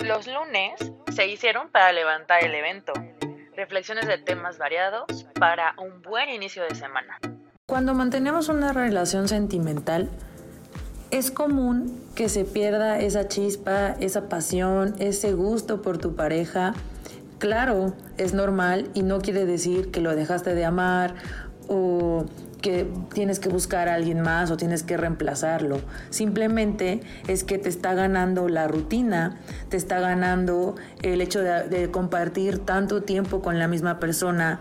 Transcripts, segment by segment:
Los lunes se hicieron para levantar el evento. Reflexiones de temas variados para un buen inicio de semana. Cuando mantenemos una relación sentimental, es común que se pierda esa chispa, esa pasión, ese gusto por tu pareja. Claro, es normal y no quiere decir que lo dejaste de amar o que tienes que buscar a alguien más o tienes que reemplazarlo. Simplemente es que te está ganando la rutina, te está ganando el hecho de compartir tanto tiempo con la misma persona.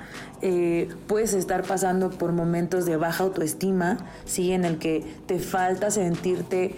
Puedes estar pasando por momentos de baja autoestima, ¿sí? En el que te falta sentirte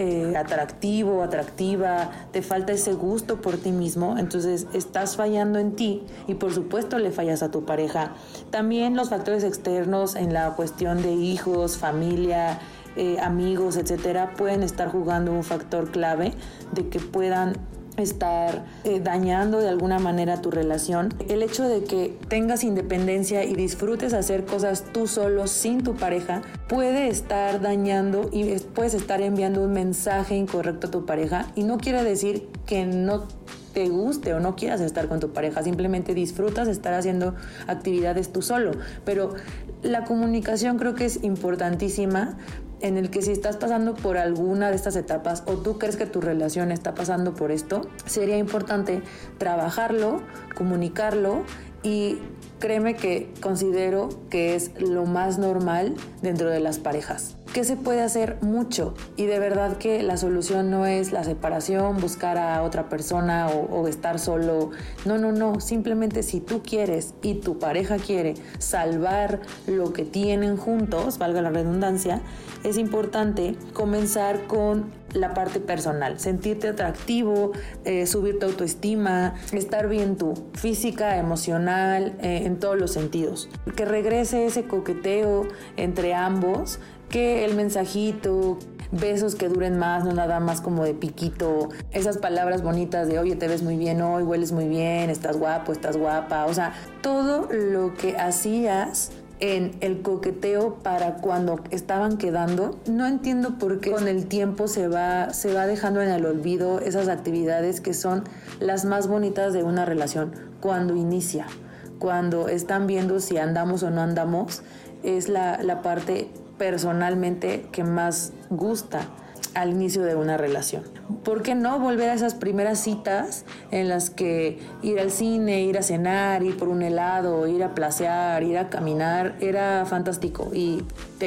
atractivo, atractiva, te falta ese gusto por ti mismo, entonces estás fallando en ti y por supuesto le fallas a tu pareja. También los factores externos en la cuestión de hijos, familia, amigos, etcétera, pueden estar jugando un factor clave de que puedan estar dañando de alguna manera tu relación. El hecho de que tengas independencia y disfrutes hacer cosas tú solo sin tu pareja puede estar dañando y puedes estar enviando un mensaje incorrecto a tu pareja, y no quiere decir que no te guste o no quieras estar con tu pareja, simplemente disfrutas estar haciendo actividades tú solo. Pero la comunicación creo que es importantísima, en el que si estás pasando por alguna de estas etapas o tú crees que tu relación está pasando por esto, sería importante trabajarlo, comunicarlo, y créeme que considero que es lo más normal dentro de las parejas. ¿Qué se puede hacer? Mucho, y de verdad que la solución no es la separación, buscar a otra persona o estar solo. No, simplemente si tú quieres y tu pareja quiere salvar lo que tienen juntos, valga la redundancia, es importante comenzar con la parte personal, sentirte atractivo, subir tu autoestima, estar bien tú, física, emocional, en todos los sentidos. Que regrese ese coqueteo entre ambos, que el mensajito, besos que duren más, no nada más como de piquito, esas palabras bonitas de oye, te ves muy bien hoy, hueles muy bien, estás guapo, estás guapa, o sea, todo lo que hacías en el coqueteo para cuando estaban quedando. No entiendo por qué con el tiempo se va dejando en el olvido esas actividades que son las más bonitas de una relación cuando inicia, cuando están viendo si andamos o no andamos. Es la parte personalmente que más gusta al inicio de una relación. ¿Por qué no volver a esas primeras citas en las que ir al cine, ir a cenar, ir por un helado, ir a placear, ir a caminar, era fantástico y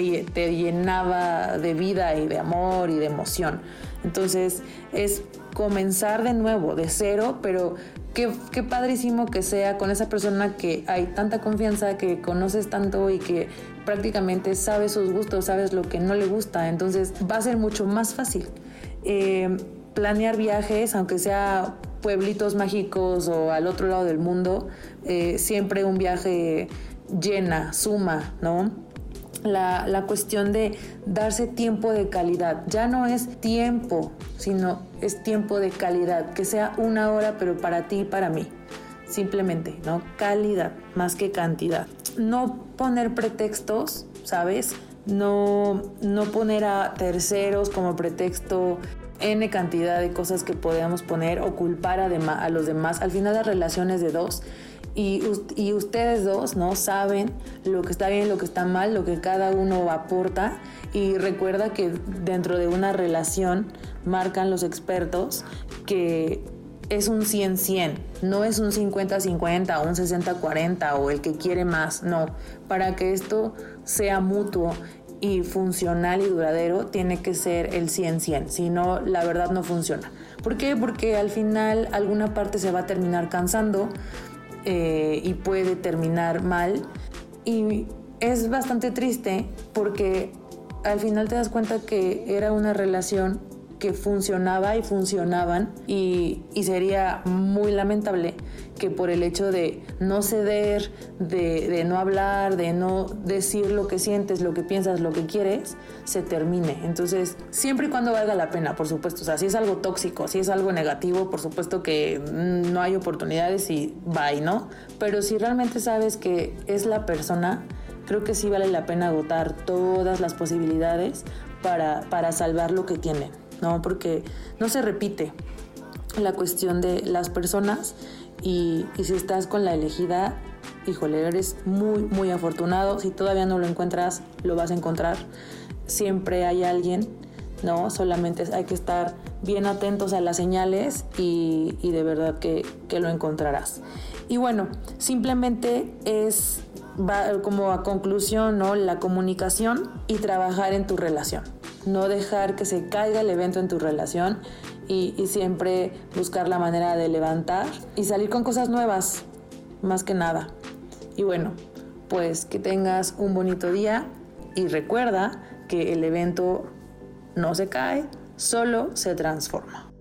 te llenaba de vida y de amor y de emoción? Entonces es comenzar de nuevo, de cero, pero qué padrísimo que sea con esa persona que hay tanta confianza, que conoces tanto y que prácticamente sabes sus gustos, sabes lo que no le gusta. Entonces va a ser mucho más fácil planear viajes, aunque sea pueblitos mágicos o al otro lado del mundo. Siempre un viaje suma, ¿no? La cuestión de darse tiempo de calidad. Ya no es tiempo, sino es tiempo de calidad. Que sea 1 hora, pero para ti y para mí. Simplemente, ¿no? Calidad más que cantidad. No poner pretextos, ¿sabes? No poner a terceros como pretexto N cantidad de cosas que podemos poner o culpar a los demás. Al final las relaciones de dos. Y ustedes dos, ¿no? Saben lo que está bien, lo que está mal, lo que cada uno aporta. Y recuerda que dentro de una relación marcan los expertos que es un 100-100, no es un 50-50 o un 60-40 o el que quiere más. No, para que esto sea mutuo y funcional y duradero tiene que ser el 100-100, si no, la verdad no funciona. ¿Por qué? Porque al final alguna parte se va a terminar cansando y puede terminar mal, y es bastante triste porque al final te das cuenta que era una relación que funcionaba y funcionaban, y sería muy lamentable que por el hecho de no ceder, de no hablar, de no decir lo que sientes, lo que piensas, lo que quieres, se termine. Entonces, siempre y cuando valga la pena, por supuesto. O sea, si es algo tóxico, si es algo negativo, por supuesto que no hay oportunidades y bye, ¿no? Pero si realmente sabes que es la persona, creo que sí vale la pena agotar todas las posibilidades para salvar lo que tiene, ¿no? Porque no se repite. la cuestión de las personas y si estás con la elegida, híjole, eres muy, muy afortunado. Si todavía no lo encuentras, lo vas a encontrar. Siempre hay alguien, ¿no? Solamente hay que estar bien atentos a las señales y de verdad que lo encontrarás. Y bueno, simplemente va como a conclusión, ¿no? La comunicación y trabajar en tu relación. No dejar que se caiga el evento en tu relación y siempre buscar la manera de levantar y salir con cosas nuevas, más que nada. Y bueno, pues que tengas un bonito día y recuerda que el evento no se cae, solo se transforma.